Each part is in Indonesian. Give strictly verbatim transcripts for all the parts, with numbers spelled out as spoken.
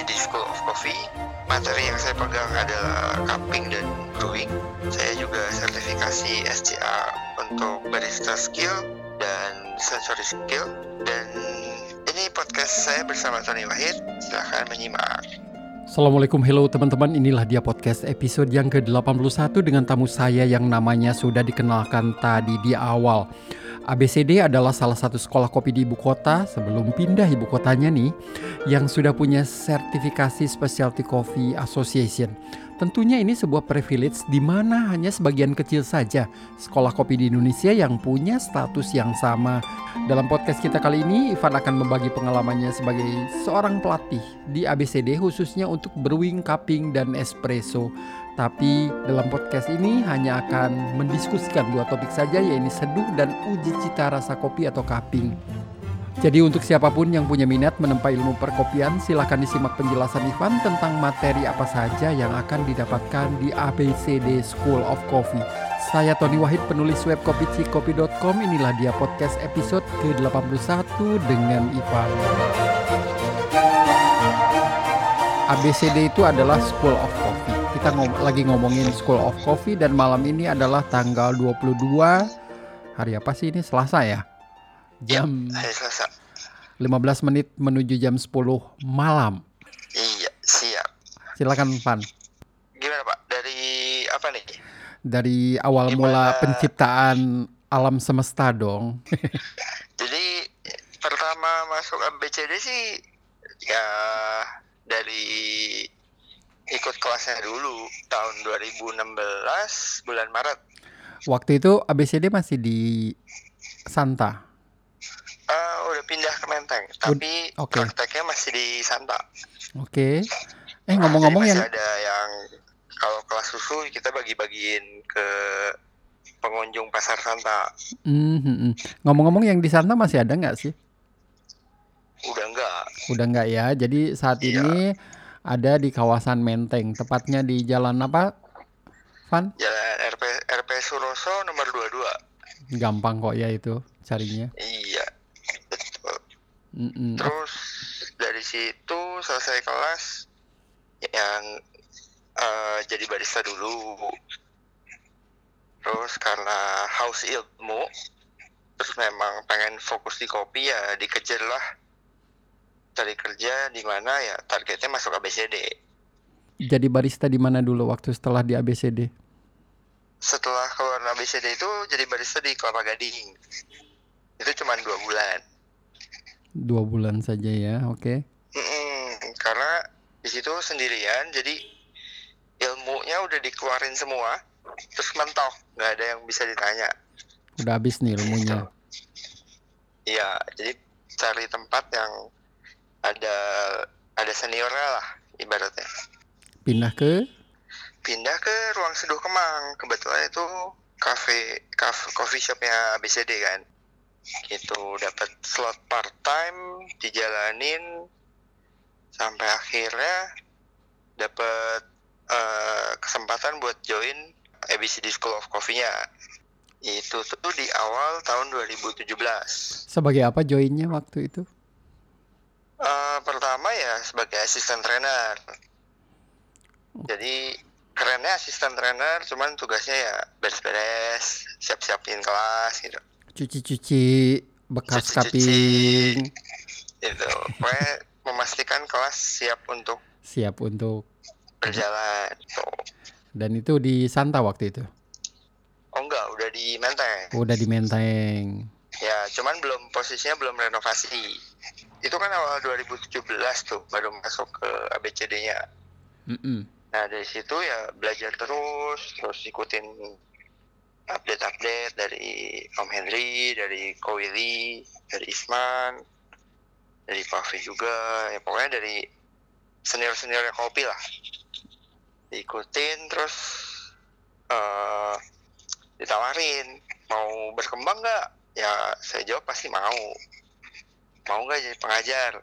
C D School of Coffee. Materi yang saya pegang adalah cupping dan brewing. Saya juga sertifikasi S C A untuk barista skill dan sensory skill. Dan ini podcast saya bersama Tony Wahid. Silahkan menyimak. Assalamualaikum, hello teman-teman, inilah dia podcast episode yang ke delapan puluh satu dengan tamu saya yang namanya sudah dikenalkan tadi di awal. A B C D adalah salah satu sekolah kopi di ibu kota sebelum pindah ibu kotanya nih, yang sudah punya sertifikasi Specialty Coffee Association. Tentunya ini sebuah privilege di mana hanya sebagian kecil saja sekolah kopi di Indonesia yang punya status yang sama. Dalam podcast kita kali ini, Ivan akan membagi pengalamannya sebagai seorang pelatih di A B C D khususnya untuk brewing, cupping, dan espresso. Tapi dalam podcast ini hanya akan mendiskusikan dua topik saja, yaitu seduh dan uji cita rasa kopi atau cupping. Jadi untuk siapapun yang punya minat menempa ilmu perkopian, silakan disimak penjelasan Ivan tentang materi apa saja yang akan didapatkan di A B C D School of Coffee. Saya Tony Wahid, penulis web kopi cikopi dot com. Inilah dia podcast episode ke delapan puluh satu dengan Ivan. A B C D itu adalah School of Coffee. Kita ngom- lagi ngomongin School of Coffee dan malam ini adalah tanggal dua puluh dua. Hari apa sih ini? Selasa ya? Jam ya, hari Selasa. lima belas menit menuju jam sepuluh malam. Iya, siap. Silakan, Van. Gimana Pak? Dari apa nih? Dari awal Gimana? Mula penciptaan alam semesta dong. Jadi pertama masuk A B C D sih ya dari ikut kelasnya dulu tahun dua ribu enam belas bulan Maret. Waktu itu A B C D masih di Santa. Uh, udah pindah ke Menteng, tapi Ud- okay. prakteknya masih di Santa. Oke. Okay. Eh ngomong-ngomong Jadi masih yang ada yang kalau kelas susu kita bagi-bagiin ke pengunjung pasar Santa. Mm-hmm. Ngomong-ngomong yang di Santa masih ada nggak sih? Udah enggak. Udah nggak ya. Jadi saat Iya. ini ada di kawasan Menteng, tepatnya di jalan apa, Van? Jalan R P R P Suroso nomor dua puluh dua. Gampang kok ya itu carinya. Iya, betul. Mm-mm. Terus dari situ selesai kelas yang uh, jadi barista dulu. Terus karena haus ilmu, terus memang pengen fokus di kopi, ya dikejar lah cari kerja di mana ya targetnya masuk A B C D. Jadi barista di mana dulu waktu setelah di A B C D? Setelah keluar A B C D itu jadi barista di Kelapa Gading. Itu cuma dua bulan. Dua bulan saja ya, oke. Okay. Karena di situ sendirian, jadi ilmunya udah dikeluarin semua, terus mentok, nggak ada yang bisa ditanya. Udah habis nih ilmunya. Iya, jadi cari tempat yang ada ada seniornya lah ibaratnya. Pindah ke? Pindah ke Ruang Seduh Kemang. Kebetulan itu cafe, cafe coffee shopnya A B C D kan. Gitu, dapat slot part time, dijalanin sampai akhirnya dapat uh, kesempatan buat join A B C D School of Coffee-nya. Itu tuh di awal tahun dua ribu tujuh belas. Sebagai apa joinnya waktu itu? Uh, pertama ya sebagai asisten trainer. Jadi kerennya asisten trainer, cuman tugasnya ya beres-beres, siap-siapin kelas gitu. Cuci-cuci bekas Cuci-cuci, cupping. Gitu. Pokoknya memastikan kelas siap untuk siap untuk berjalan. So. Dan itu di Santa waktu itu? Oh enggak, udah di Menteng. Udah di Menteng. Ya, cuman belum posisinya belum renovasi. Itu kan awal dua ribu tujuh belas tuh baru masuk ke A B C D-nya. Mm-mm. Nah dari situ ya belajar terus, terus ikutin update-update dari Om Henry, dari Ko Willy, dari Isman, dari Pavi juga, ya pokoknya dari senior-seniornya kopi lah. Diikutin terus uh, ditawarin mau berkembang nggak? Ya saya jawab pasti mau. Mau nggak jadi pengajar?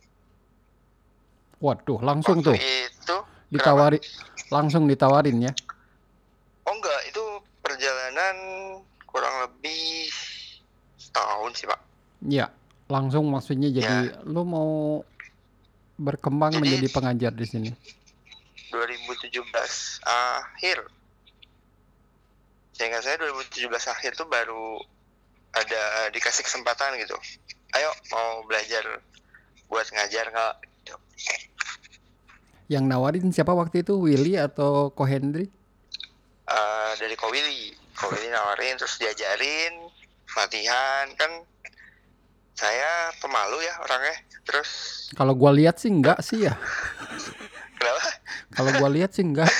Waduh, langsung Waktu tuh itu ditawari, langsung ditawarin ya? Oh enggak, itu perjalanan kurang lebih setahun sih Pak. Iya, langsung maksudnya jadi Ya. lu mau berkembang Jadi menjadi pengajar di sini? dua ribu tujuh belas akhir. Seingat saya dua ribu tujuh belas akhir tuh baru ada dikasih kesempatan gitu. Ayo mau belajar buat ngajar nggak? Gitu. Yang nawarin siapa waktu itu? Willy atau Ko Hendrik? Uh, dari Ko Willy. Ko Willy nawarin terus diajarin latihan kan. Saya pemalu ya orangnya. Terus kalau gua lihat sih enggak sih ya. Kenapa? Kalau gua lihat sih enggak.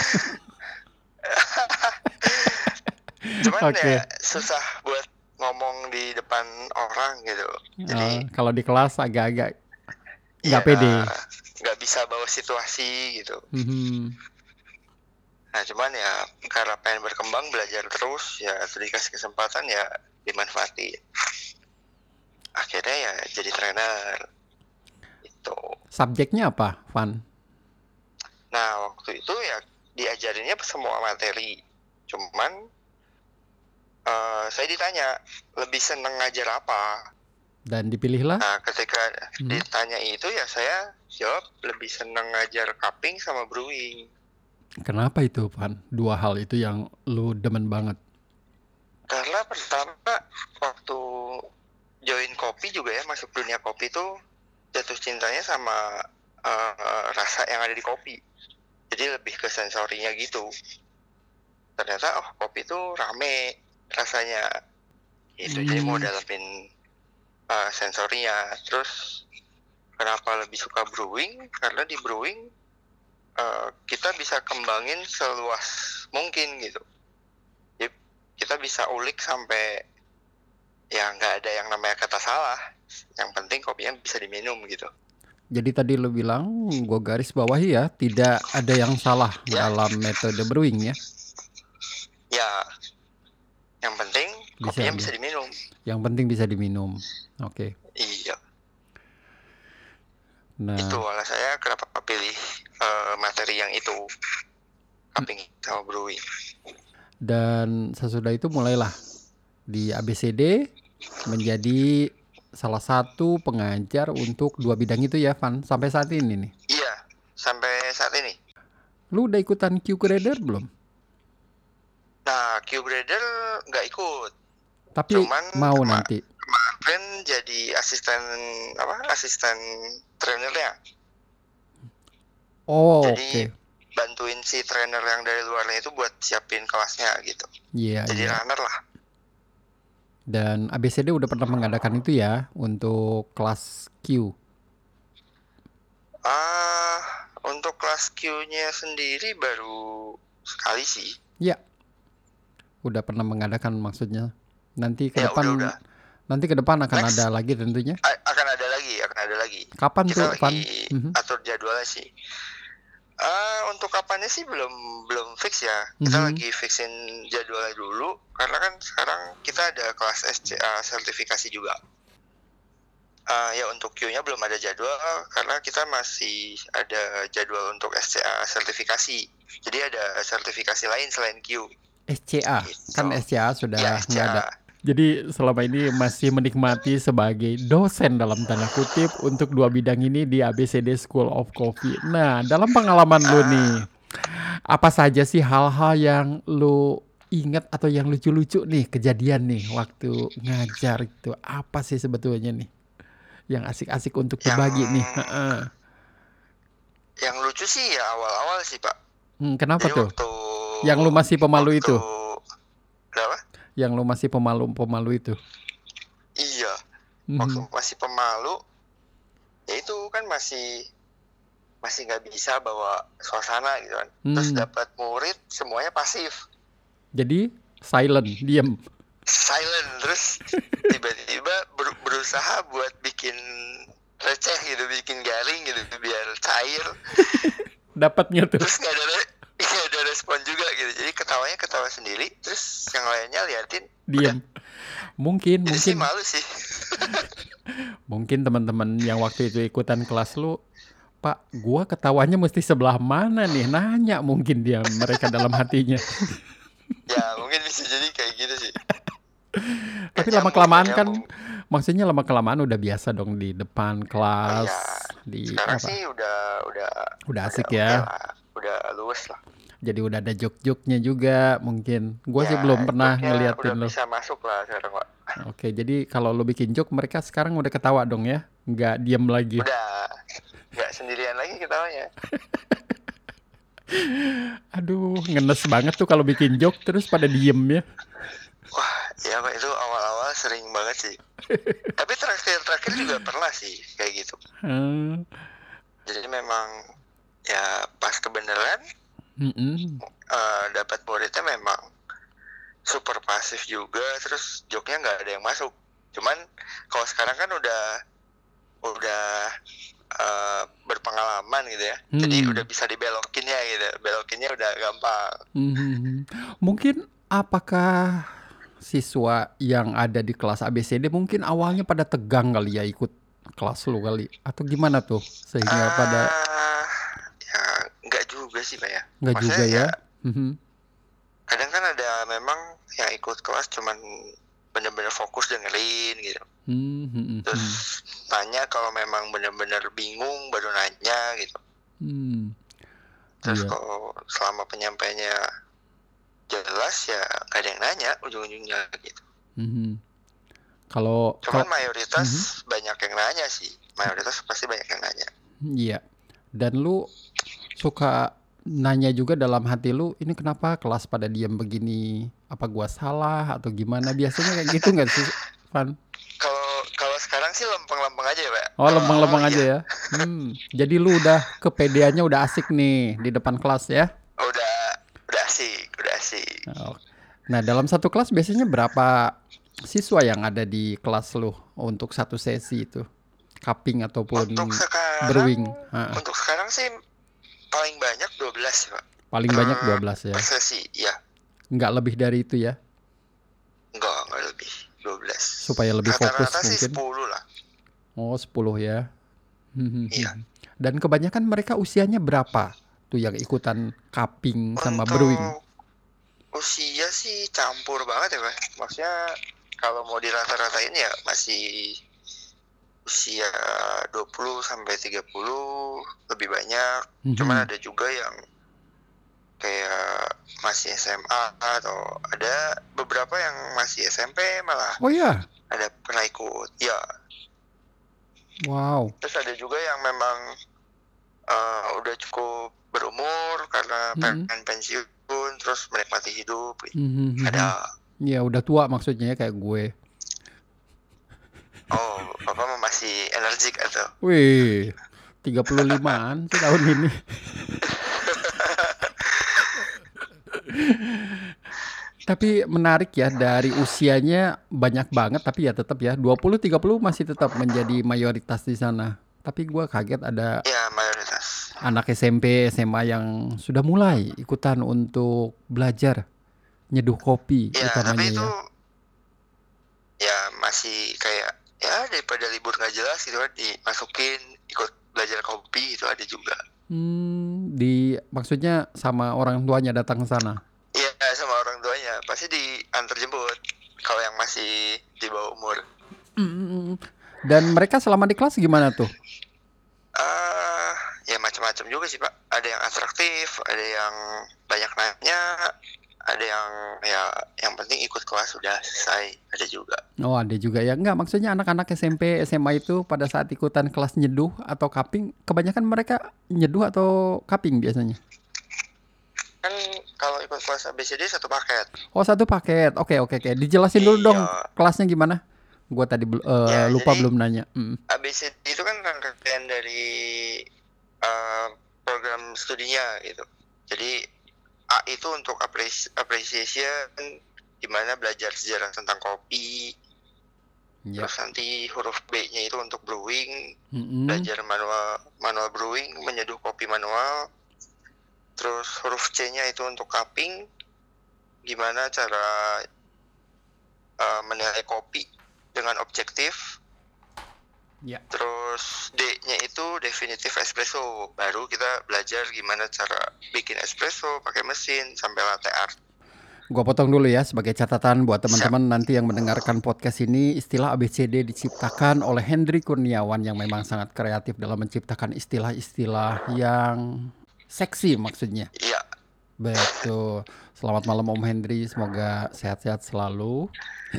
Cuman okay. ya susah buat ngomong di depan orang gitu. Jadi uh, kalau di kelas agak-agak nggak ya, pede, nggak bisa bawa situasi gitu. Mm-hmm. Nah cuman ya karena pengen berkembang belajar terus ya dikasih kesempatan ya dimanfaatin. Akhirnya ya jadi trainer. Itu. Subjeknya apa, Van? Nah waktu itu ya diajarinnya semua materi. Cuman uh, saya ditanya lebih seneng ngajar apa. Dan dipilihlah. Nah ketika hmm. ditanya itu ya saya jawab lebih seneng ngajar cupping sama brewing. Kenapa itu, Van? Dua hal itu yang lu demen banget. Karena pertama waktu join kopi juga ya, masuk dunia kopi tuh jatuh cintanya sama uh, rasa yang ada di kopi. Jadi lebih ke sensorinya gitu. Ternyata oh kopi tuh rame rasanya. Itu hmm. jadi mau dalamin uh, sensorinya. Terus kenapa lebih suka brewing? Karena di brewing uh, kita bisa kembangin seluas mungkin gitu. Jadi kita bisa ulik sampai ya nggak ada yang namanya kata salah. Yang penting kopinya bisa diminum gitu. Jadi tadi lo bilang, gue garis bawahi ya, tidak ada yang salah ya. Dalam metode brewing ya. Ya, yang penting bisa, kopinya bisa diminum. Yang penting bisa diminum, oke. Okay. Iya. Nah. Itu ala saya kenapa pilih uh, materi yang itu, cupping sama brewing. Dan sesudah itu mulailah di A B C D menjadi salah satu pengajar untuk dua bidang itu ya, Van, sampai saat ini nih. Iya, sampai saat ini. Lu udah ikutan Q Grader belum? Nah, Q Grader nggak ikut. Tapi cuman mau kema- nanti. Kemarin jadi asisten apa? Asisten trainernya. Oh, oke. Jadi okay. bantuin si trainer yang dari luarnya itu buat siapin kelasnya gitu. Iya. Yeah, jadi yeah. runner lah. Dan A B C D udah pernah mengadakan itu ya untuk kelas Q. Ah, uh, untuk kelas Q-nya sendiri baru sekali sih. Ya. Udah pernah mengadakan maksudnya. Nanti ke ya, depan udah, udah. Nanti ke depan akan Next, ada lagi tentunya. A- akan ada lagi, akan ada lagi. Kapan Kita tuh, Van? lagi mm-hmm. atur jadwalnya sih. Uh, untuk kapannya sih belum belum fix ya. Kita mm-hmm. lagi fixin jadwalnya dulu karena kan sekarang kita ada kelas S C A sertifikasi juga. Uh, ya untuk Q-nya belum ada jadwal karena kita masih ada jadwal untuk S C A sertifikasi. Jadi ada sertifikasi lain selain Q. S C A gitu. Kan S C A sudah ya, nggak ada. Jadi selama ini masih menikmati sebagai dosen dalam tanda kutip untuk dua bidang ini di A B C D School of Coffee. Nah, dalam pengalaman lu nih, apa saja sih hal-hal yang lu ingat atau yang lucu-lucu nih kejadian nih waktu ngajar itu? Apa sih sebetulnya nih yang asik-asik untuk berbagi yang, nih? Yang lucu sih ya awal-awal sih, Pak. Hmm, kenapa Jadi tuh? Waktu, yang lu masih pemalu waktu, itu? Kenapa? Yang lu masih pemalu-pemalu itu? Iya, mm-hmm. waktu masih pemalu, ya itu kan masih masih nggak bisa bawa suasana gitu kan. Mm. Terus dapat murid semuanya pasif. Jadi silent, diam. Silent, terus tiba-tiba ber- berusaha buat bikin receh gitu, bikin garing gitu biar cair. Dapatnya tuh. Terus nggak ada nggak ada respon juga gitu. Jadi ketawanya ketawa sendiri, terus yang lainnya liatin diam. Mungkin Jadi mungkin sih malu sih. Mungkin teman-teman yang waktu itu ikutan kelas lu, Pak, gua ketawanya mesti sebelah mana nih? Nanya mungkin dia mereka dalam hatinya. Ya mungkin bisa jadi kayak gitu sih. Tapi lama kelamaan kan, maksudnya lama kelamaan udah biasa dong di depan kelas, oh, ya. di Sekarang apa? sih udah udah Udah udah asik oke ya. lah, udah luwes lah. Jadi udah ada jok-joknya juga mungkin. Gua sih belum Ya, pernah joknya udah ngeliatin lo. bisa masuk lah sekarang, Pak. Oke, jadi kalau lo bikin joke mereka sekarang udah ketawa dong ya, nggak diem lagi. Udah nggak sendirian lagi ketawanya. Aduh, ngenes banget tuh kalau bikin joke terus pada diem ya. Wah, ya Pak, itu awal-awal sering banget sih. Tapi terakhir-terakhir juga pernah sih kayak gitu. Hmm. Jadi memang ya pas kebenaran Mm-mm. uh, dapat muridnya memang super pasif juga, terus joknya nggak ada yang masuk. Cuman kalau sekarang kan udah udah uh, berpengalaman gitu ya, Hmm. jadi udah bisa dibelokinnya gitu, belokinnya udah gampang. Hmm. Mungkin apakah siswa yang ada di kelas A B C D mungkin awalnya pada tegang kali ya ikut kelas lu kali atau gimana tuh sehingga pada Ah, ya nggak juga sih Pak ya. nggak juga Maksudnya ya ya? Mhm. kadang kan ada memang yang ikut kelas cuman bener-bener fokus dengerin gitu. Hmm, hmm, hmm, Terus hmm. tanya kalau memang bener-bener bingung baru nanya gitu. Hmm. Terus Iya. kalau selama penyampaiannya jelas ya gak ada yang nanya ujung-ujungnya gitu. Mhm. Kalau Cuman kalau mayoritas Mhm. banyak yang nanya sih. Mayoritas pasti banyak yang nanya. Iya. Dan lu suka nanya juga dalam hati lu, ini kenapa kelas pada diam begini? Apa gua salah atau gimana? Biasanya kayak gitu nggak sih, Van? Kalau kalau sekarang sih lempeng-lempeng aja ya Pak. Oh, Kalau awal lempeng-lempeng aja iya. ya. Hmm. Jadi lu udah kepedeannya udah asik nih di depan kelas ya? Udah udah asik, udah asik. Oh. Nah, dalam satu kelas biasanya berapa siswa yang ada di kelas lu untuk satu sesi itu? Cupping ataupun Untuk sekarang brewing? Ha. untuk sekarang sih paling banyak dua belas Pak. Paling banyak dua belas ya? Per sesi, ya. Nggak lebih dari itu ya? Enggak, enggak lebih. dua belas. Supaya lebih fokus Rata-rata sih mungkin? sepuluh lah. Oh, sepuluh ya? Iya. Dan kebanyakan mereka usianya berapa tuh yang ikutan cupping sama Untuk brewing? usia sih campur banget ya Pak. Maksudnya kalau mau dirata-ratain ya masih usia dua puluh sampai tiga puluh lebih banyak. Mhm. Cuman ada juga yang kayak masih S M A atau ada beberapa yang masih S M P malah. Oh ya? Ada pernah ikut. Ya. Wow. Terus ada juga yang memang uh, udah cukup berumur karena Mhm. pengen pensiun terus menikmati hidup. Mhm. Ada. Ya udah tua maksudnya ya kayak gue. Oh, Bapak masih energik atau? Wih, tiga puluh limaan sih tahun ini. Tapi menarik ya, dari usianya banyak banget tapi ya tetap ya dua puluh tiga puluh masih tetap menjadi mayoritas di sana. Tapi gue kaget ada Ya, mayoritas. anak S M P, S M A yang sudah mulai ikutan untuk belajar nyeduh kopi Ya, utamanya tapi itu ya. ya masih kayak ya daripada libur nggak jelas gitu kan dimasukin ikut belajar kopi itu ada juga. Hmm, di maksudnya sama orang tuanya datang ke sana. Iya, sama orang tuanya pasti diantar jemput kalau yang masih di bawah umur. Hmm. Dan mereka selama di kelas gimana tuh? Uh, ya macam-macam juga sih Pak. Ada yang atraktif, ada yang banyak nanya, ada yang ya yang penting ikut kelas sudah selesai, ada juga. Oh, ada juga ya. Enggak, maksudnya anak-anak S M P, S M A itu pada saat ikutan kelas nyeduh atau cupping, kebanyakan mereka nyeduh atau cupping biasanya? Kan kalau ikut kelas A B C D satu paket. Oh, satu paket. Oke, oke, oke. Dijelasin dulu Iya. dong kelasnya gimana? Gua tadi uh, Ya, lupa jadi belum nanya. Mm. A B C D itu kan rangkaian dari uh, program studinya gitu. Jadi A itu untuk appreciation, dimana belajar sejarah tentang kopi. Ya. Terus nanti huruf B-nya itu untuk brewing, Mm-mm. belajar manual manual brewing, menyeduh kopi manual. Terus huruf C-nya itu untuk cupping, gimana cara uh, menilai kopi dengan objektif. Ya. Terus D-nya itu definitif espresso. Baru kita belajar gimana cara bikin espresso pakai mesin sampai latte art. Gua potong dulu ya sebagai catatan buat Siap. teman-teman nanti yang mendengarkan podcast ini. Istilah A B C D diciptakan oleh Hendry Kurniawan yang memang sangat kreatif dalam menciptakan istilah-istilah yang seksi maksudnya. Iya. Betul. Selamat malam Om Hendry, semoga sehat-sehat selalu.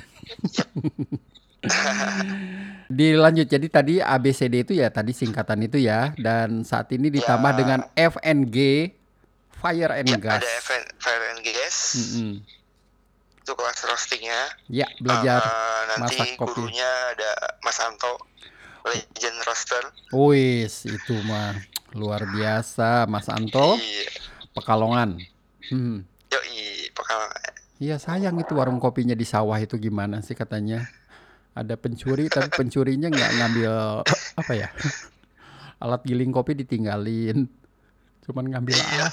Dilanjut, jadi tadi A B C D itu ya tadi singkatan itu ya, dan saat ini ditambah Ya, dengan F and G, Fire and ya Gas. ada event Fire and Gas. Mm-mm. Itu kelas roastingnya. Ya, belajar Uh, nanti masak kopi. gurunya ada Mas Anto, legend roaster. Wis, itu mah luar biasa, Mas Anto, Iya. Pekalongan. Hmm. Yoi, Pekalongan. Iya sayang itu warung kopinya di sawah itu gimana sih katanya. Ada pencuri tapi pencurinya nggak ngambil apa ya, alat giling kopi ditinggalin, cuman ngambil Iya. alat.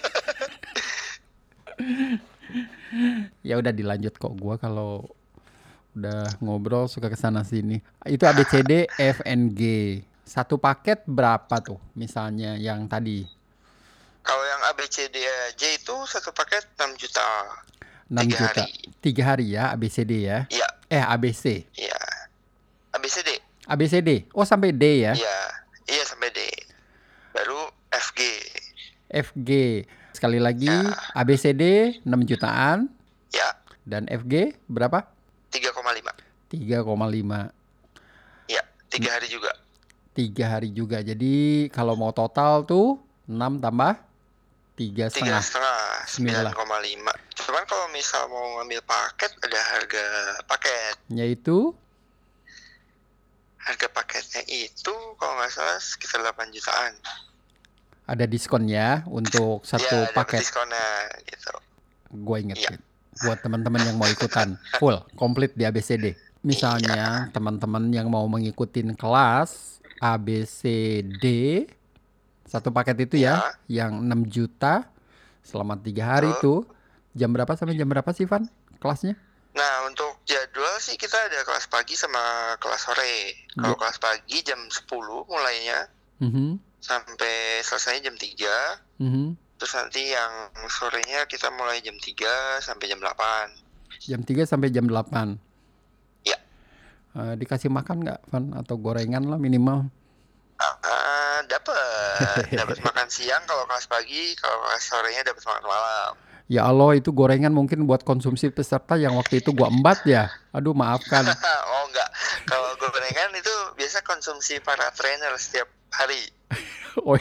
Ya udah dilanjut kok, gua kalau udah ngobrol suka kesana sini. Itu A B C D F and G. Satu paket berapa tuh misalnya yang tadi? Kalau yang A B C D aja itu satu paket enam juta. enam Tiga juta. hari. Tiga hari ya A B C D ya. Iya, Eh A B C. iya. A B C D. A B C D. Oh sampai D ya. Iya, iya sampai D. Baru F G. F G. Sekali lagi Ya. A B C D enam jutaan Ya, dan F G berapa? tiga koma lima. tiga koma lima. Ya, tiga hari juga. Tiga hari juga. Jadi kalau mau total tuh enam tambah tiga Tiga setengah. setengah, sembilan Bismillah. koma lima. Cuman kalau misal mau ngambil paket, ada harga paket. Yaitu Harga paketnya itu kalau nggak salah sekitar delapan jutaan. ada diskon ya untuk satu Ya, dapat paket. diskonnya gitu. Gue Iya. ingetin buat teman-teman yang mau ikutan full komplit di A B C D. Misalnya teman-teman yang mau mengikutin kelas A B C D satu paket itu ya, yang enam juta selama tiga hari Betul. tuh. Jam berapa sampai jam berapa sih Van kelasnya? Nah, untuk jadwal sih kita ada kelas pagi sama kelas sore. Kalau Ya. kelas pagi jam sepuluh mulainya Mhm, sampai selesai jam tiga. mhm. Terus nanti yang sorenya kita mulai jam tiga sampai jam delapan. Jam tiga sampai jam delapan. Ya. Eh, dikasih makan nggak Van? Atau gorengan lah minimal? Ah, dapat dapat makan siang kalau kelas pagi, kalau kelas sorenya dapat makan malam. Ya Allah, itu gorengan mungkin buat konsumsi peserta yang waktu itu gua embat ya. Aduh maafkan. Oh enggak, kalau gorengan itu biasa konsumsi para trainer setiap hari. Oh,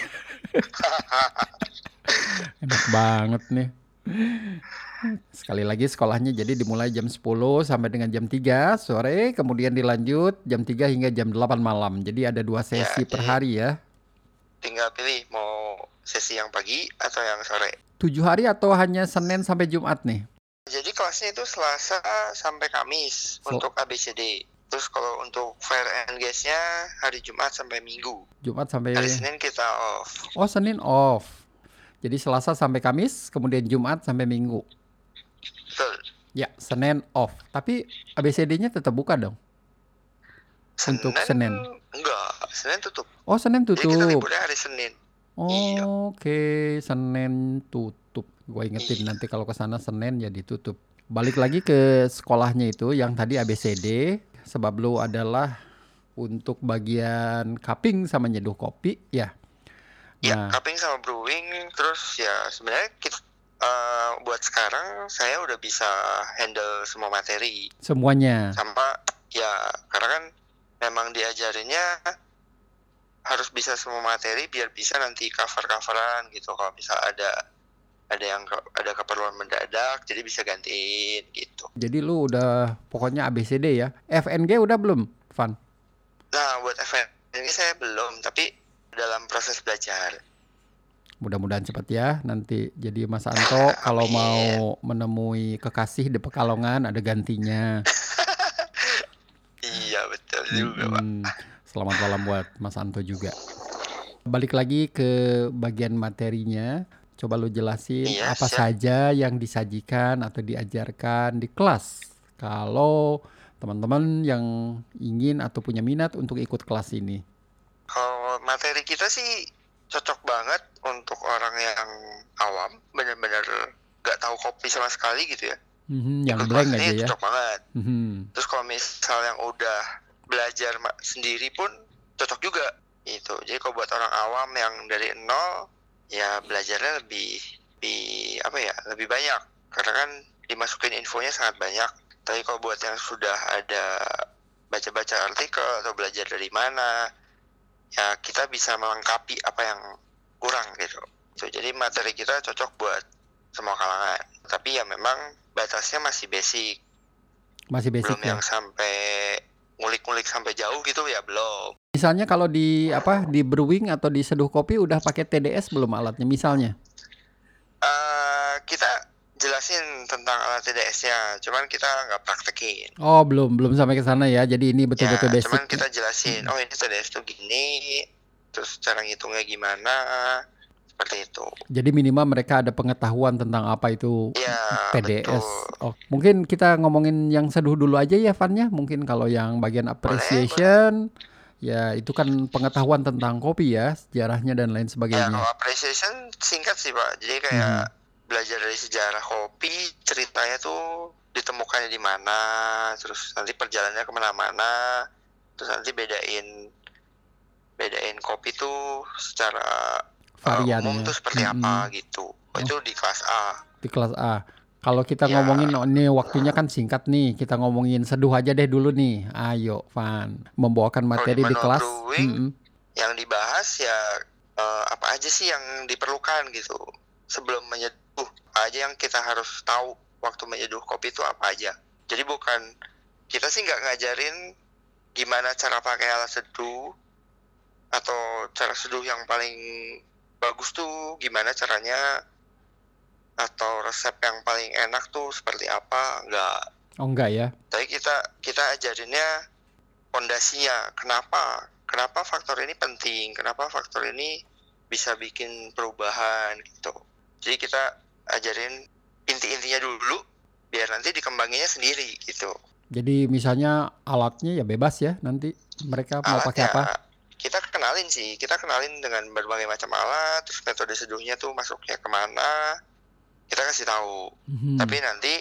enak banget nih. Sekali lagi sekolahnya jadi dimulai jam sepuluh sampai dengan jam tiga sore, kemudian dilanjut jam tiga hingga jam delapan malam. Jadi ada dua sesi Ya, per jadi- hari ya. Tinggal pilih mau sesi yang pagi atau yang sore. Tujuh hari atau hanya Senin sampai Jumat nih? Jadi kelasnya itu Selasa sampai Kamis Sel- untuk A B C D. Terus kalau untuk Fire and Gas-nya hari Jumat sampai Minggu. Jumat sampai... Hari Senin kita off. Oh, Senin off. Jadi Selasa sampai Kamis, kemudian Jumat sampai Minggu. Betul. Ya, Senin off. Tapi A B C D-nya tetap buka dong? Untuk Senin. Enggak, Senin tutup. Oh, Senin Jadi kita tutup. liburnya hari Senin. Iya. Oke, Senin tutup. Gue ingetin nanti kalau ke sana Senin ya ditutup. Balik lagi ke sekolahnya itu yang tadi A B C D. Sebab lu adalah untuk bagian cupping sama nyeduh kopi ya. Ya, Nah, cupping sama brewing. Terus ya sebenarnya kita, eh, buat sekarang saya udah bisa handle semua materi. semuanya. Sama ya karena kan memang diajarinnya harus bisa semua materi biar bisa nanti cover-coveran gitu. Kalau misal ada ada yang ke- ada keperluan mendadak jadi bisa gantiin gitu. Jadi lu udah pokoknya A B C D ya. F N G udah belum, Van? Nah, buat event ini saya belum, tapi dalam proses belajar. Mudah-mudahan cepat ya nanti. Jadi Mas Anto kalau Amin. mau menemui kekasih di Pekalongan ada gantinya. Iya, betul juga, Pak. Mm-mm. Selamat malam buat Mas Anto juga. Balik lagi ke bagian materinya. Coba lu jelasin Iya, apa siap. saja yang disajikan atau diajarkan di kelas. Kalau teman-teman yang ingin atau punya minat untuk ikut kelas ini. Kalau materi kita sih cocok banget untuk orang yang awam, benar-benar nggak tahu kopi sama sekali gitu ya, Mhm, yang ikut blank kelas aja ini ya. cocok banget. Mhm. Terus kalau misal yang udah belajar ma- sendiri pun cocok juga gitu. Jadi kalau buat orang awam yang dari nol, ya belajarnya lebih lebih apa ya, lebih banyak karena kan dimasukin infonya sangat banyak. Tapi kalau buat yang sudah ada baca-baca artikel atau belajar dari mana, ya kita bisa melengkapi apa yang kurang gitu. So, jadi materi kita cocok buat semua kalangan. Tapi ya memang batasnya masih basic, Masih basic belum ya. yang sampai ngulik-ngulik sampai jauh gitu ya belum. Misalnya kalau di apa di brewing atau di seduh kopi udah pakai T D S belum alatnya misalnya? Eh kita jelasin tentang alat T D S-nya, cuman kita nggak praktekin. Oh, belum belum sampai ke sana ya. Jadi ini Ya, betul-betul cuman basic ya. kita jelasin, Mhm. oh ini T D S tuh gini, terus cara ngitungnya gimana, seperti itu. Jadi minimal mereka ada pengetahuan tentang apa itu Ya, T D betul. S. Oh, mungkin kita ngomongin yang seduh dulu aja ya, Van ya. Mungkin kalau yang bagian Boleh, boleh. appreciation, ya itu kan pengetahuan tentang kopi ya, sejarahnya dan lain Ya, sebagainya. kalau appreciation singkat sih Pak. Jadi kayak Mhm. belajar dari sejarah kopi, ceritanya tuh ditemukannya di mana, terus nanti perjalanannya kemana-mana, terus nanti bedain bedain kopi tuh secara uh, umum Variannya. tuh seperti Mhm. apa gitu. Oh, Itu di kelas A. di kelas A. Kalau kita Ya, ngomongin, oh, ini waktunya kan singkat nih. Kita ngomongin seduh aja deh dulu nih. Ayo, Van. Membawakan kalau di materi di manual kelas. brewing Mhm. yang dibahas ya uh, apa aja sih yang diperlukan gitu sebelum menyeduh, apa aja yang kita harus tahu waktu menyeduh kopi itu apa aja. Jadi bukan, kita sih nggak ngajarin gimana cara pakai alat seduh atau cara seduh yang paling bagus tuh gimana caranya, atau resep yang paling enak tuh seperti apa, enggak. Oh, enggak ya. Tapi kita kita ajarinnya fondasinya, kenapa kenapa faktor ini penting, kenapa faktor ini bisa bikin perubahan gitu. Jadi kita ajarin inti-intinya dulu biar nanti dikembanginnya sendiri gitu. Jadi misalnya alatnya ya bebas ya nanti mereka mau pakai Alatnya apa? kita kenalin sih, kita kenalin dengan berbagai macam alat, terus metode seduhnya tuh masuknya kemana, kita kasih tahu. Mhm. Tapi nanti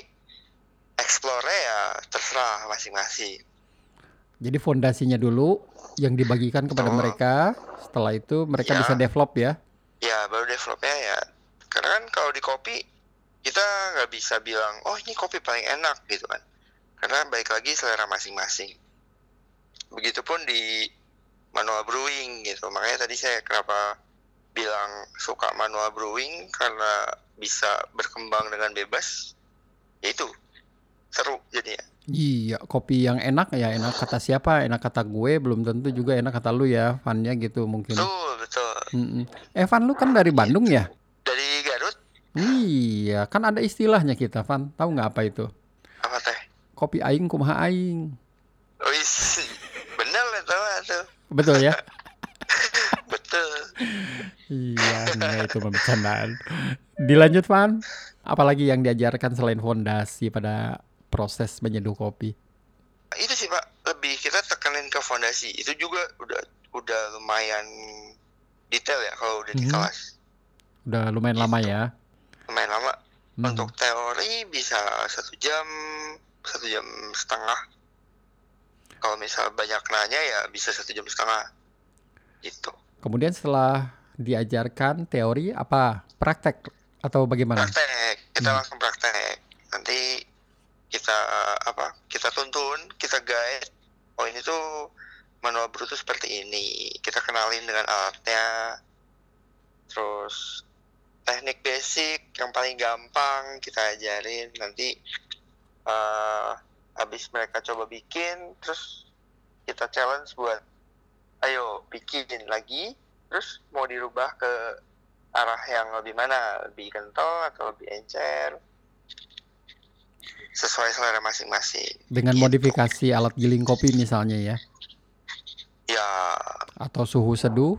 explore ya terserah masing-masing. Jadi fondasinya dulu yang dibagikan kepada Betul. mereka. Setelah itu mereka Ya. bisa develop ya. Ya baru developnya ya. Karena kan kalau di kopi kita nggak bisa bilang, oh ini kopi paling enak gitu kan. Karena baik lagi selera masing-masing. Begitupun di manual brewing gitu. Makanya tadi saya kenapa bilang suka manual brewing, karena bisa berkembang dengan bebas. Ya itu seru jadinya. Iya, kopi yang enak ya enak kata siapa? Enak kata gue, belum tentu juga enak kata lu ya, Vannya gitu mungkin. Betul, betul. Mm-mm. Eh, Van, lu kan dari Bandung ya? Dari Garut, Iya, kan ada istilahnya kita, Van. Tahu nggak apa itu? apa teh? Kopi aing kumaha aing. Wis, bener lah tuh. Betul ya? Betul. Iya, enggak itu mah bercandaan. Dilanjut, Van. Apalagi yang diajarkan selain fondasi pada proses menyeduh kopi? Itu sih Pak, lebih kita tekenin ke fondasi. Itu juga udah udah lumayan detail ya kalau udah di Mhm. kelas. Udah lumayan lama Gitu. ya. Lumayan lama. Mhm. Untuk teori bisa satu jam, satu jam setengah. Kalau misal banyak nanya ya bisa satu jam setengah. Gitu. Kemudian setelah diajarkan teori apa? Praktek atau bagaimana? Praktek, kita Hmm. langsung praktek. Nanti kita apa? Kita tuntun, kita guide. Oh ini tuh manual brew tuh seperti ini. Kita kenalin dengan alatnya. Terus teknik basic yang paling gampang kita ajarin. Nanti uh, habis mereka coba bikin, terus kita challenge buat ayo bikin lagi, terus mau dirubah ke arah yang lebih mana, lebih kental atau lebih encer, sesuai selera masing-masing. Dengan Gitu. modifikasi alat giling kopi misalnya ya? Ya, Atau suhu seduh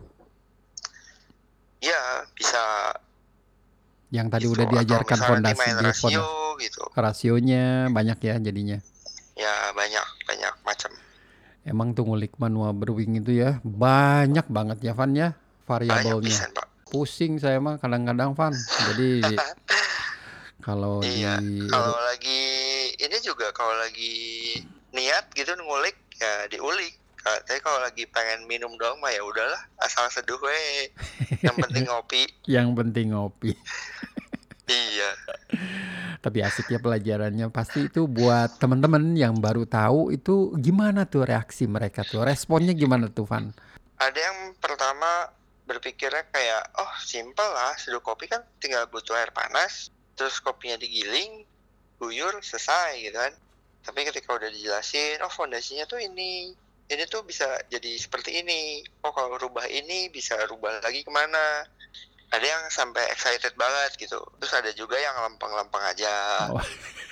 ya bisa. yang tadi Gitu. udah diajarkan Atau misalnya nanti fondasi main di rasio fondasi. gitu. Rasionya banyak ya jadinya. Ya banyak banyak macam. Emang tuh ngulik manual brewing itu ya banyak banget ya Van ya Banyak variabelnya. pisan Pak. Pusing saya mah kadang-kadang Van. Jadi Kalau Iya, di kalau ru lagi ini juga kalau lagi niat gitu ngulik ya diulik. Ka tapi kalau lagi pengen minum doang mah ya udahlah asal seduh we, yang penting ngopi. yang penting ngopi. Iya. Tapi asik ya pelajarannya. Pasti itu buat teman-teman yang baru tahu itu gimana tuh reaksi mereka tuh? Responnya gimana tuh, Van? Ada yang pertama berpikirnya kayak, "Oh, simpel lah, seduh kopi kan tinggal butuh air panas, terus kopinya digiling, guyur, selesai," gitu kan. Tapi ketika udah dijelasin, "Oh, fondasinya tuh ini, ini tuh bisa jadi seperti ini. Oh, kalau rubah ini bisa rubah lagi kemana." Ada yang sampai excited banget gitu. Terus ada juga yang lempeng-lempeng aja. Oh.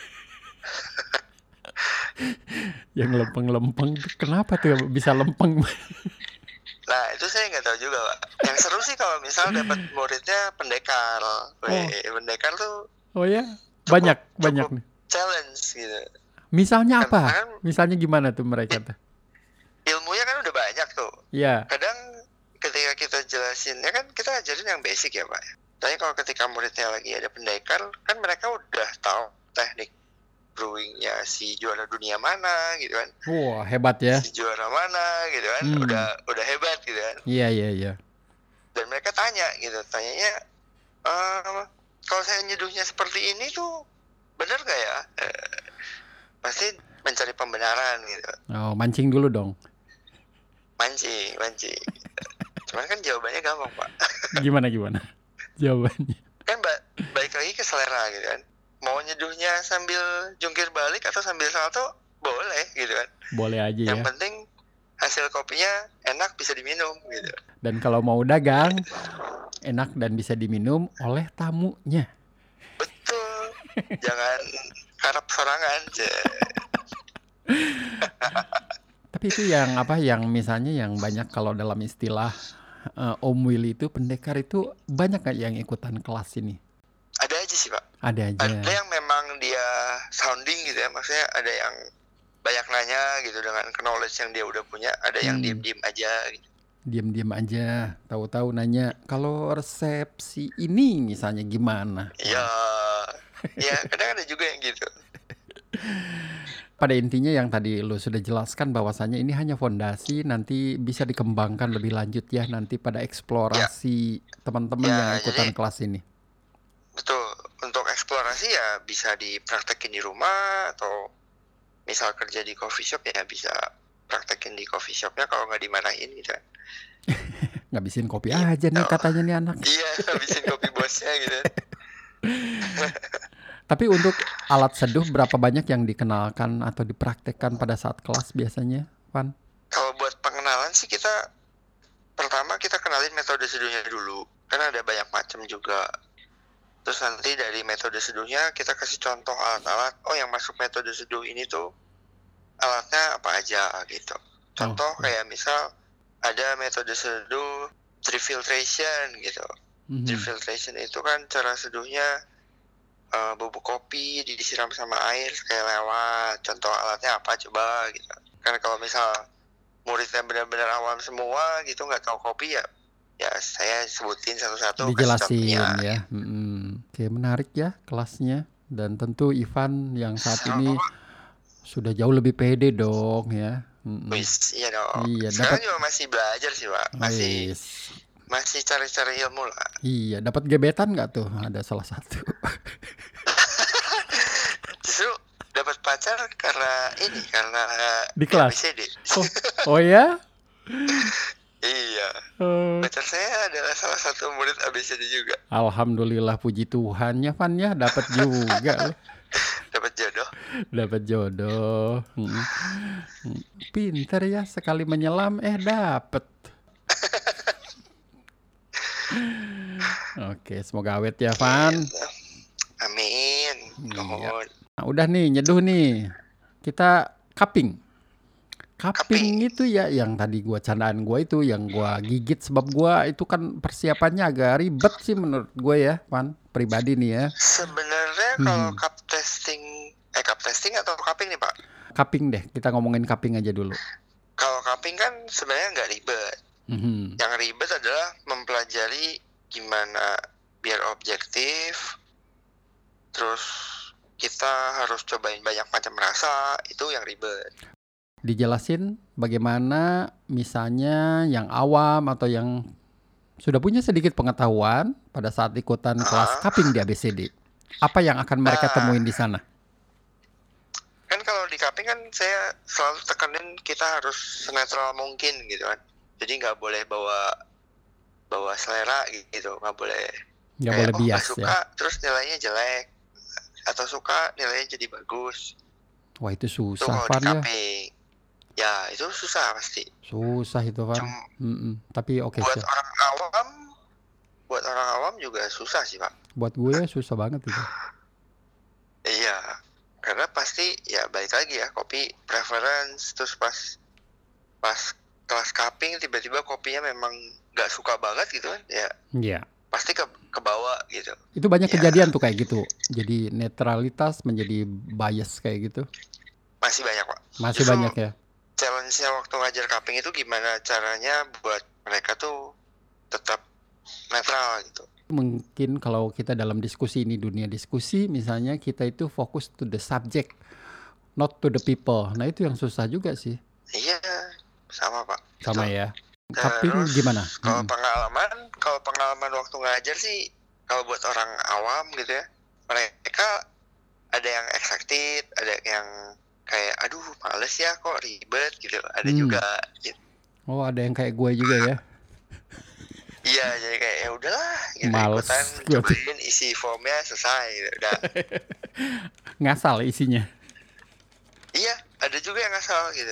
Yang lempeng-lempeng tuh kenapa tuh bisa lempeng? Nah, itu saya nggak tahu juga, Pak. Yang seru sih kalau misal dapat muridnya pendekar. Oh, Weh, pendekar tuh oh ya? cukup Banyak, banyak cukup nih. challenge gitu. Misalnya Karena apa? kan Misalnya gimana tuh mereka tuh? ilmunya kan udah banyak tuh. Iya, Kadang ketika kita jelasin, ya kan kita ajarin yang basic ya, Pak. Tapi kalau ketika muridnya lagi ada pendekar, kan mereka udah tahu teknik brewingnya si juara dunia mana gitu kan. wah hebat ya. Si juara mana gitu kan. Udah Hmm, udah hebat gitu kan. iya iya iya. Dan mereka tanya gitu, tanyanya, eee, "Kalau saya nyeduhnya seperti ini tuh bener nggak ya?" Eee, pasti mencari pembenaran gitu. Oh, mancing dulu dong. Mancing mancing. Cuman kan jawabannya gampang, Pak. Gimana gimana? Jawabannya. Kan ba balik lagi ke selera gitu kan. Mau nyeduhnya sambil jungkir balik atau sambil salto, boleh gitu kan. Boleh aja Yang ya. penting hasil kopinya enak bisa diminum gitu. Dan kalau mau dagang, enak dan bisa diminum oleh tamunya. Betul. Jangan harap sorangan. Tapi itu yang apa yang misalnya yang banyak kalau dalam istilah uh, Om Willy itu pendekar itu banyak nggak yang ikutan kelas ini? Ada aja sih, Pak. Ada aja. Ada yang memang dia sounding gitu ya, maksudnya ada yang banyak nanya gitu dengan knowledge yang dia udah punya, ada yang Hmm. diem-diem aja gitu. Diam-diam aja, tahu-tahu nanya kalau resepsi ini misalnya gimana? Ya, ya kadang ada juga yang gitu. Pada intinya yang tadi lu sudah jelaskan bahwasannya ini hanya fondasi, nanti bisa dikembangkan lebih lanjut ya nanti pada eksplorasi teman-teman Ya, yang ikutan jadi kelas ini. betul. Untuk eksplorasi ya bisa dipraktekin di rumah atau misal kerja di coffee shop ya bisa praktekin di coffee shopnya kalau nggak dimarahin gitu. Ngabisin kopi aja nih katanya nih anak. Iya, habisin kopi bosnya gitu. Tapi untuk alat seduh berapa banyak yang dikenalkan atau dipraktekkan pada saat kelas biasanya, Van? Kalau buat pengenalan sih kita pertama kita kenalin metode seduhnya dulu. Karena ada banyak macam juga. Terus nanti dari metode seduhnya kita kasih contoh alat-alat. Oh, yang masuk metode seduh ini tuh alatnya apa aja gitu. Contoh Oh. kayak misal ada metode seduh drip filtration gitu. Mhm. Drip filtration itu kan cara seduhnya uh, bubuk kopi disiram sama air kayak lewat. Contoh alatnya apa coba gitu. Karena kalau misal muridnya benar-benar awam semua gitu nggak tahu kopi ya ya saya sebutin satu-satu kasih Dijelasin contohnya. ya. Mm-mm. Oke, menarik ya kelasnya. Dan tentu Ivan yang saat Sama ini Pak. sudah jauh lebih pede dong ya. Mm-mm. Wis, iya dong. Iya, Sekarang dapat juga masih belajar sih Pak. Masih Wis. masih cari-cari ilmu lah. Iya, dapat gebetan nggak tuh? Ada salah satu. Justru dapat pacar karena ini karena Di kelas. A B C D. Oh, oh ya? Iya. Oh. Pacar saya adalah salah satu murid A B C D juga. Alhamdulillah puji Tuhan ya Van ya dapat juga. Dapat jodoh. Dapat jodoh. Mm. Pinter ya sekali menyelam eh dapat. Oke, semoga awet ya Van. Amin. Iya. Nuhun. Nah, udah nih nyeduh nih. Kita cupping. Cupping Cupping. itu ya yang tadi gua candaan gua itu yang gua gigit sebab gua itu kan persiapannya agak ribet sih menurut gue ya, Van, pribadi nih ya. Sebenarnya Hmm. kalau cup testing eh cup testing atau cupping nih Pak? Cupping deh, kita ngomongin cupping aja dulu. Kalau cupping kan sebenarnya nggak ribet. Mhm. Yang ribet adalah mempelajari gimana biar objektif, terus kita harus cobain banyak macam rasa, itu yang ribet. Dijelasin bagaimana misalnya yang awam atau yang sudah punya sedikit pengetahuan pada saat ikutan kelas Ah, cupping di A B C D. Apa yang akan mereka nah, temuin di sana? kan kalau di cupping kan saya selalu tekanin kita harus senetral mungkin gitu kan. Jadi nggak boleh bawa bawa selera gitu, nggak boleh Nggak kayak boleh oh nggak bias suka ya. terus nilainya jelek atau suka nilainya jadi bagus. Wah itu Itu susah kalau di Van ya. cupping. Ya, itu susah pasti. Susah itu Van. Cuma Mm-mm. Tapi oke buat sih. orang awam, buat orang awam juga susah sih, Pak. Buat gue susah banget itu. Iya, karena pasti ya balik lagi ya, kopi preference, terus pas pas kelas cupping tiba-tiba kopinya memang nggak suka banget gitu kan, ya Iya. pasti ke ke bawah gitu. Itu banyak Ya, kejadian tuh kayak gitu. Jadi netralitas menjadi bias kayak gitu. masih banyak, Pak. Masih Justru banyak ya. challenge-nya waktu ngajar cupping itu gimana caranya buat mereka tuh tetap netral gitu. Mungkin kalau kita dalam diskusi ini dunia diskusi misalnya kita itu fokus to the subject, not to the people. Nah itu yang susah juga sih. Iya, sama, Pak. Sama Betul. ya. Cupping Terus gimana? kalau Mm-mm. pengalaman, kalau pengalaman waktu ngajar sih, kalau buat orang awam gitu ya, mereka ada yang excited, ada yang kayak, aduh males ya kok ribet gitu, ada Hmm. juga. Gitu. Oh ada yang kayak gue juga ya. Iya, jadi kayak ya udahlah, gitu Males ikutan berarti. cobain isi formnya selesai, gitu. Udah. Ngasal isinya. Iya, ada juga yang ngasal gitu.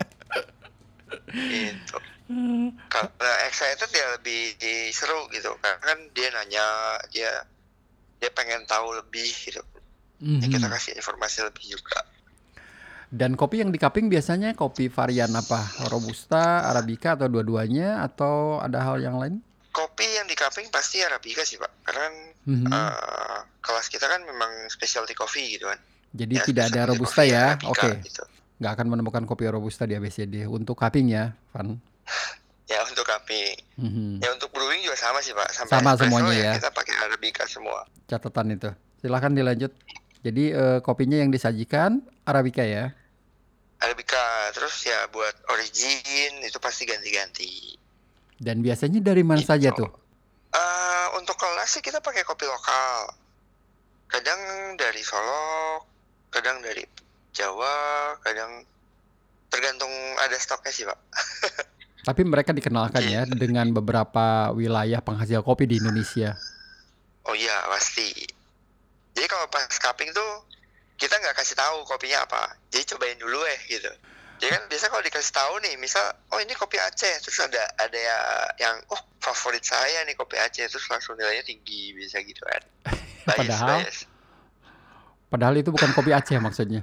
Gitu. Karena excited ya lebih seru gitu, karena kan dia nanya, dia dia pengen tahu lebih gitu. Ya kita Mhm. kasih informasi lebih juga. Dan kopi yang di cupping biasanya kopi varian apa? Robusta, Arabica atau dua-duanya atau ada hal yang lain? Kopi yang di cupping pasti Arabica sih, Pak. Karena Mhm. uh, kelas kita kan memang specialty coffee gitu kan. Jadi Ya, tidak ada specialty Robusta coffee ya? Arabica Oke. gitu. Nggak akan menemukan kopi Robusta di A B C D untuk cupping ya, Van? Ya untuk cupping. Mhm. Ya untuk brewing juga sama sih, Pak. Sampai Sama espresso semuanya ya ya. kita pakai Arabica semua. Catatan itu. Silahkan dilanjut. Jadi eh, kopinya yang disajikan Arabica ya? Arabica, terus ya buat origin itu pasti ganti-ganti. Dan biasanya dari mana Gitu. saja tuh? Uh, untuk kelas sih kita pakai kopi lokal. Kadang dari Solo, kadang dari Jawa, kadang tergantung ada stoknya sih, Pak. Tapi mereka dikenalkan ya Gitu. dengan beberapa wilayah penghasil kopi di Indonesia. Oh iya, pasti. Jadi kalau pas cupping tuh kita nggak kasih tahu kopinya apa. Jadi cobain dulu eh gitu. Jadi kan biasa kalau dikasih tahu nih, misal oh ini kopi Aceh, terus ada ada ya yang oh favorit saya nih kopi Aceh, terus langsung nilainya tinggi bisa gitu kan. Bias, Padahal bias. padahal itu bukan kopi Aceh maksudnya.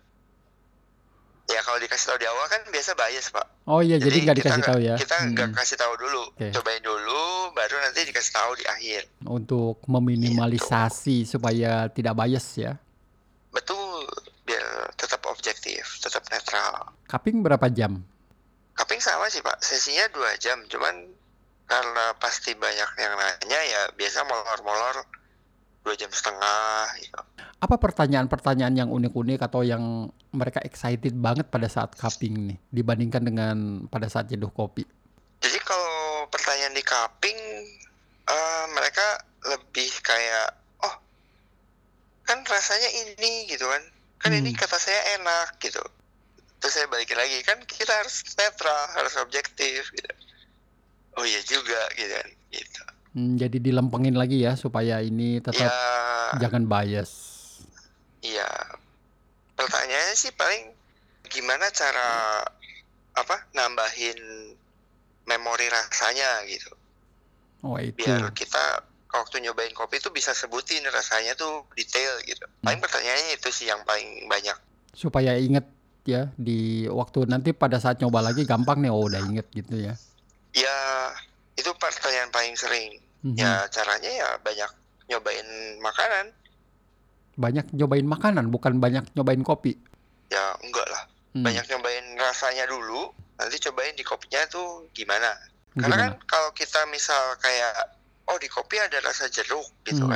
Ya kalau dikasih tahu di awal kan biasa bias, Pak. Oh iya, jadi nggak kita dikasih nggak tahu ya. kita nggak Mm-mm. kasih tahu dulu, Oke. cobain dulu, baru nanti dikasih tahu di akhir. Untuk meminimalisasi supaya tidak bias ya. Betul, biar tetap objektif, tetap netral. Cupping berapa jam? Cupping sama sih, Pak, sesinya dua jam, cuman karena pasti banyak yang nanya ya biasa molor-molor dua jam setengah gitu. Apa pertanyaan-pertanyaan yang unik-unik atau yang mereka excited banget pada saat cupping nih dibandingkan dengan pada saat jenuh kopi? Jadi kalau pertanyaan di cupping uh, mereka lebih kayak oh kan rasanya ini gitu kan, kan Hmm. ini kata saya enak gitu. Terus saya balikin lagi, kan kita harus netral, harus objektif gitu. Oh iya juga gitu kan, gitu. Hmm, jadi dilempengin lagi ya supaya ini tetap Ya, jangan bias. iya. Pertanyaannya sih paling gimana cara apa nambahin memori rasanya gitu. Oh itu. Biar kita waktu nyobain kopi itu bisa sebutin rasanya tuh detail gitu. Paling pertanyaannya itu sih yang paling banyak. Supaya inget ya di waktu nanti pada saat nyoba lagi gampang nih, oh udah inget gitu ya. Ya, itu pertanyaan paling sering. Mhm. Ya caranya ya banyak nyobain makanan. Banyak nyobain makanan, bukan banyak nyobain kopi. Ya enggak lah. Hmm. Banyak nyobain rasanya dulu, nanti cobain di kopinya tuh gimana. Karena Gimana? kan kalau kita misal kayak oh di kopi ada rasa jeruk gitu Hmm. kan,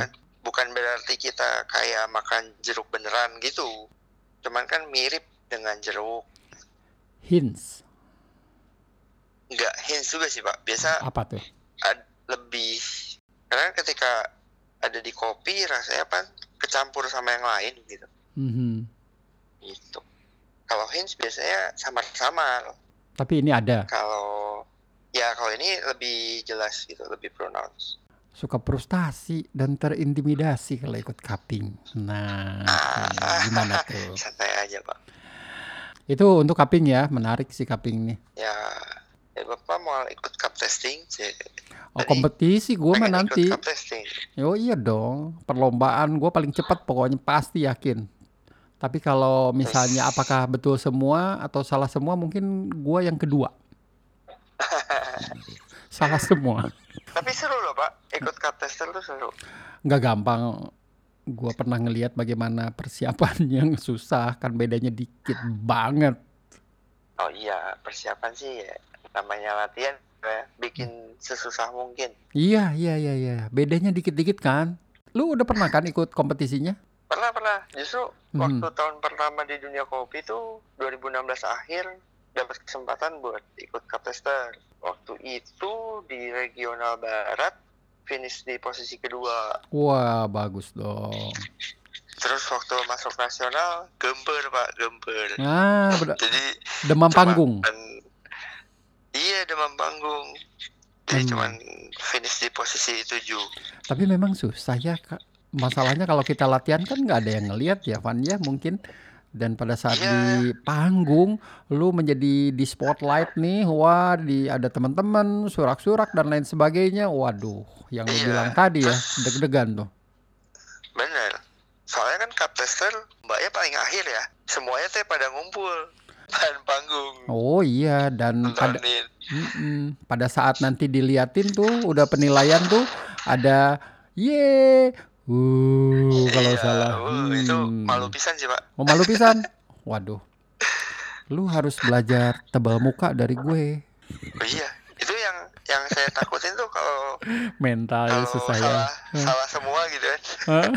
bukan berarti kita kayak makan jeruk beneran gitu. Cuman kan mirip dengan jeruk. Hints. Enggak hints juga sih Pak. Biasa Apa tuh? ad, lebih karena ketika ada di kopi rasanya apa kecampur sama yang lain gitu. Mm-hmm. Gitu. Kalau hints biasanya samar-samar. Tapi ini ada. Kalau ya kalau ini lebih jelas gitu, lebih pronounce. Suka frustasi dan terintimidasi kalau ikut cupping. Nah, Ah, gimana tuh? santai aja Pak. Itu untuk cupping ya, menarik sih cupping nih. Ya, ya Bapak mau ikut cup testing? Oh, kompetisi gue mah nanti. Ikut cup testing. Oh iya dong, perlombaan gue paling cepat pokoknya pasti yakin. Tapi kalau misalnya apakah betul semua atau salah semua, mungkin gue yang kedua. Salah semua. Tapi seru loh Pak, ikut cup tester tuh seru. Nggak gampang. Gue pernah ngelihat bagaimana persiapan yang susah, kan bedanya dikit banget. Oh iya, persiapan sih ya, namanya latihan ya, bikin sesusah mungkin. Iya, iya, iya, iya. Bedanya dikit-dikit kan. Lu udah pernah kan ikut kompetisinya? Pernah, pernah. Justru Hmm. waktu tahun pertama di dunia kopi tuh dua ribu enam belas akhir dapat kesempatan buat ikut cup tester. Waktu itu di regional barat finish di posisi kedua. Wah, bagus dong. Terus waktu masuk nasional gemper Pak, gemper. Ah, ber- Jadi demam cuman- panggung. Iya, demam panggung. Jadi Hmm. cuman finish di posisi tujuh. Tapi memang susah ya, Kak. Masalahnya kalau kita latihan kan nggak ada yang ngelihat ya, Van ya mungkin. Dan pada saat Iya. di panggung, lu menjadi di spotlight nih, wah, di ada teman-teman, surak-surak dan lain sebagainya. Waduh, yang lu Iya, bilang tadi ya, terus- deg-degan tuh. Bener. Soalnya kan cup tester mbaknya paling akhir ya. Semuanya teh pada ngumpul depan panggung. Oh iya, dan pada Nontonin. Mm-mm. pada saat nanti diliatin tuh, udah penilaian tuh ada ye, uh, kalau Iya, salah. uh, itu Hmm. malu pisan sih Pak. Oh, malu pisan. Waduh. Lu harus belajar tebal muka dari gue. Oh iya, itu yang yang saya takutin tuh kalau Mental ya kalau susah ya. salah salah semua gitu kan. Hah?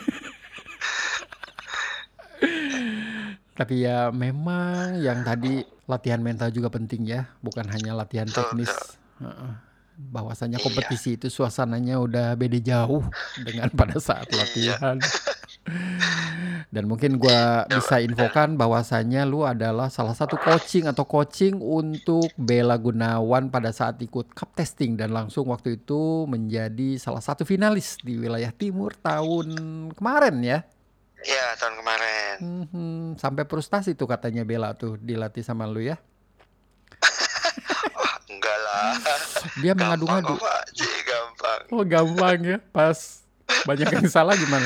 Tapi ya memang yang tadi latihan mental juga penting ya, bukan hanya latihan Betul, teknis. betul. Heeh. Bahwasanya Iya. kompetisi itu suasananya udah beda jauh dengan pada saat Iya. latihan. Dan mungkin gua Iya, bisa Pak. infokan bahwasanya lu adalah salah satu coaching atau coaching untuk Bella Gunawan pada saat ikut cup testing dan langsung waktu itu menjadi salah satu finalis di wilayah timur tahun kemarin ya. Iya, tahun kemarin. Mhm, sampai frustasi tuh katanya Bella tuh dilatih sama lu ya. Wah, enggak lah. Dia Gampang mengadu-ngadu. kok Pak, Cih, gampang. Oh, gampang ya. Pas banyak yang salah gimana?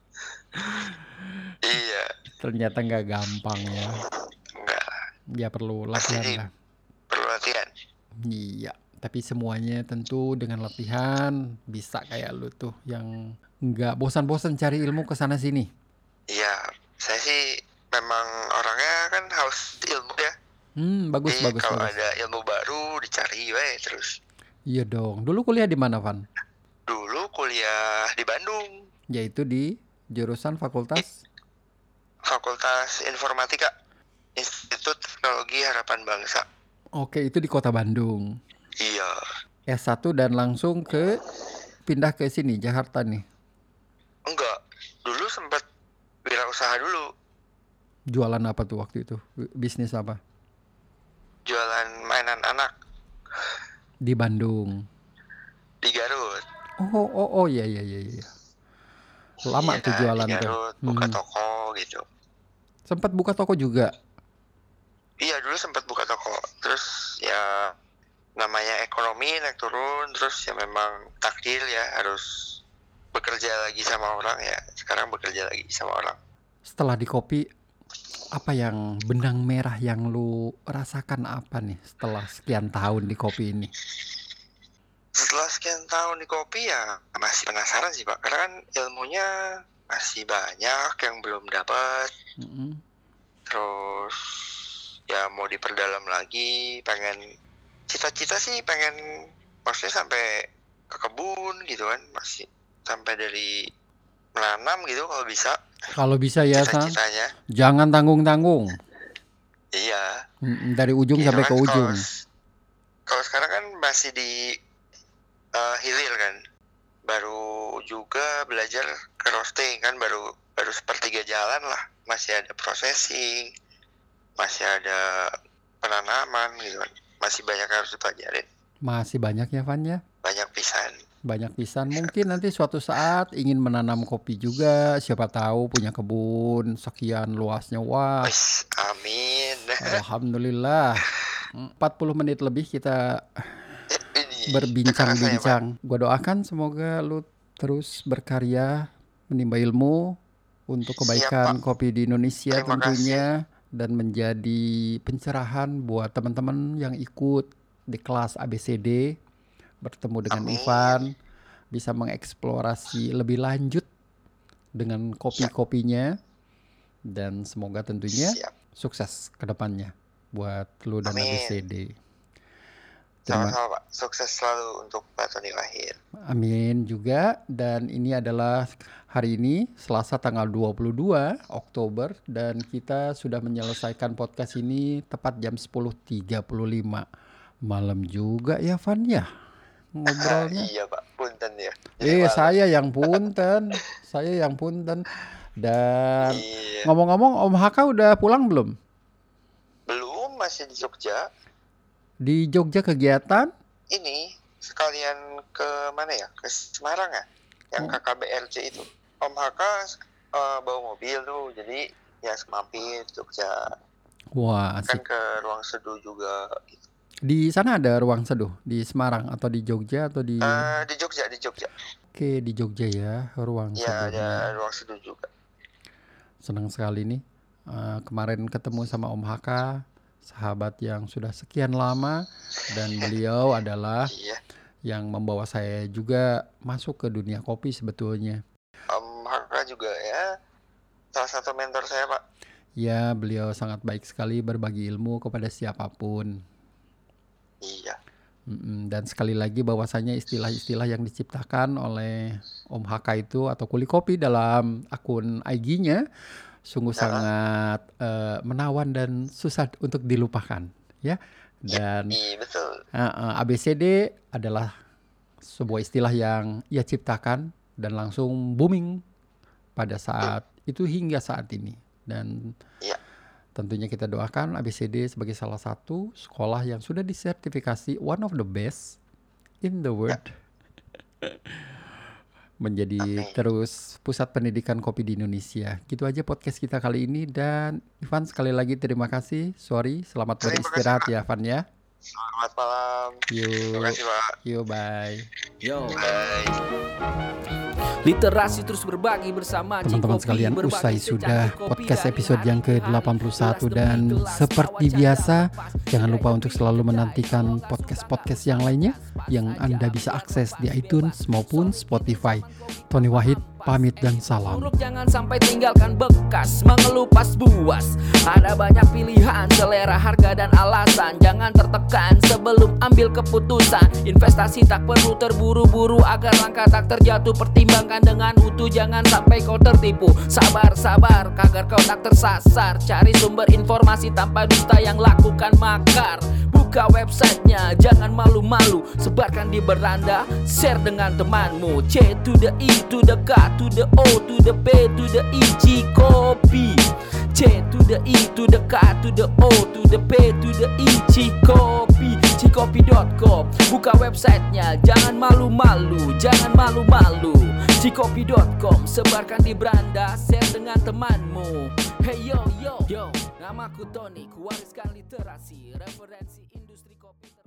Iya, Ternyata nggak gampang ya. enggak lah. Dia perlu Pasti latihan di- lah. Perlu latihan. Iya, tapi semuanya tentu dengan latihan bisa kayak lu tuh yang nggak bosan-bosan cari ilmu ke sana sini. Iya, saya sih memang orangnya kan haus ilmu ya. Hmm, bagus Jadi bagus kalau bagus. ada ilmu baru dicari wae terus. Iya dong. Dulu kuliah di mana, Van? Dulu kuliah di Bandung, Yaitu di jurusan fakultas. Fakultas Informatika, Institut Teknologi Harapan Bangsa. Oke, itu di kota Bandung. Iya, S satu dan langsung ke pindah ke sini Jakarta nih. enggak. Dulu sempat wirausaha dulu, Jualan apa tuh waktu itu? Bisnis apa? jualan mainan anak Di Bandung. di Garut. Oh, oh, oh, iya, iya, iya, iya. Lama Iya, tuh jualan di tuh. Garut, buka Hmm. toko gitu. Sempat buka toko juga. Iya, dulu sempat buka toko. Terus ya namanya ekonomi naik turun, terus ya memang takdir ya harus bekerja lagi sama orang ya. Sekarang bekerja lagi sama orang. Setelah di kopi, apa yang benang merah yang lu rasakan apa nih setelah sekian tahun di kopi ini? Setelah sekian tahun di kopi ya masih penasaran sih Pak, karena kan ilmunya masih banyak yang belum dapat. Mm-mm. Terus ya mau diperdalam lagi, pengen cita-cita sih pengen maksudnya sampai ke kebun gitu kan, masih sampai dari menanam gitu kalau bisa. Kalau bisa ya, San. Cita-citanya. Jangan tanggung-tanggung. Iya. Mm, Dari ujung Gitu sampai kan, ke ujung. Kalau, kalau sekarang kan masih di uh, hilir kan. Baru juga belajar ke roasting kan, baru baru sepertiga jalan lah. Masih ada processing, masih ada penanaman gitu kan. Masih banyak yang harus dipelajarin. Masih banyak ya, Van ya? Banyak pisan. Banyak pisan. Mungkin nanti suatu saat ingin menanam kopi juga. Siapa tahu punya kebun sekian luasnya. Wah, Wis, amin. alhamdulillah. empat puluh menit lebih kita Ini, berbincang-bincang. Gua doakan semoga lu terus berkarya, menimba ilmu untuk kebaikan Siap, Pak. kopi di Indonesia Terima tentunya, dan menjadi pencerahan buat teman-teman yang ikut di kelas A B C D, bertemu dengan Amin. Ivan, bisa mengeksplorasi lebih lanjut dengan kopi-kopinya, dan semoga tentunya Siap. sukses ke depannya buat lu dan A B C D. Terima Sama-sama, Pak. Sukses selalu untuk Pak Tony Wahid. Amin juga. Dan ini adalah hari ini Selasa tanggal dua puluh dua Oktober, dan kita sudah menyelesaikan podcast ini tepat jam sepuluh tiga puluh lima malam juga ya, Van ya, ngobrolnya. Iya, Pak. Punten ya. Eh saya yang punten, saya yang punten. Dan Iya. ngomong-ngomong, Om Haka udah pulang belum? Belum, masih di Jogja. Di Jogja kegiatan? Ini sekalian ke mana ya? Ke Semarang ya? Yang Oh. K K B R C itu. Om Haka uh, bawa mobil tuh, jadi ya semampir Jogja. Wah, Kan asik. ke Ruang Seduh juga. Gitu. Di sana ada ruang seduh di Semarang atau di Jogja atau di? Uh, di Jogja, di Jogja. Oke, di Jogja ya, ruang Ya, seduhnya. ada Ruang Seduh juga. Senang sekali nih. Uh, kemarin ketemu sama Om Haka, sahabat yang sudah sekian lama, dan beliau adalah Iya. yang membawa saya juga masuk ke dunia kopi sebetulnya. Om Haka juga ya salah satu mentor saya, Pak. Ya, beliau sangat baik sekali berbagi ilmu kepada siapapun. Iya. Mm-mm. Dan sekali lagi bahwasanya istilah-istilah yang diciptakan oleh Om Haka itu atau Kuli Kopi dalam akun I G-nya sungguh Nah. sangat uh, menawan dan susah untuk dilupakan ya. Dan Iya, betul. uh, uh, A B C D adalah sebuah istilah yang ia ciptakan dan langsung booming pada saat itu hingga saat ini. Dan Iya. tentunya kita doakan A B C D sebagai salah satu sekolah yang sudah disertifikasi one of the best in the world. Menjadi Amin. terus pusat pendidikan kopi di Indonesia. Gitu aja podcast kita kali ini, dan Ivan sekali lagi terima kasih. Sorry, selamat Terima beristirahat kasih, ya, Ivan ya. Selamat malam. Terima Yuk, kasih, Pak. yuk, bye. Yo, Bye. literasi terus berbagi bersama Teman-teman Cikopi, sekalian, berbagi usai secangkir sudah kopi podcast dari episode hari yang ke hari, ke delapan puluh satu, gelas dan demi gelas, seperti bawa biasa, canda, jangan lupa pasti untuk dari selalu kedai, menantikan gelas podcast-podcast gelas yang lainnya pas yang aja, Anda bisa biar akses di bebas, iTunes bebas. maupun Spotify. Tony Wahid pamit dan salam. Buruk jangan sampai tinggalkan bekas, mengelupas buas. Ada banyak pilihan, selera, harga dan alasan. Jangan tertekan sebelum ambil keputusan. Investasi tak perlu terburu-buru agar langkah tak terjatuh. Pertimbangkan dengan utuh, jangan sampai kau tertipu. Sabar, sabar, agar kau tak tersasar. Cari sumber informasi tanpa dusta yang lakukan makar. Buka websitenya, jangan malu-malu. Sebarkan di beranda, share dengan temanmu. C to the I to the K to the O to the P to the I, Cikopi. C to the I to the K to the O to the P to the I, Cikopi. Cikopi dot com. Buka websitenya, jangan malu-malu, jangan malu-malu. Cikopi dot com. Sebarkan di beranda, share dengan temanmu. Hey yo yo yo, namaku Tony, kuwariskan literasi, referensi industri kopi.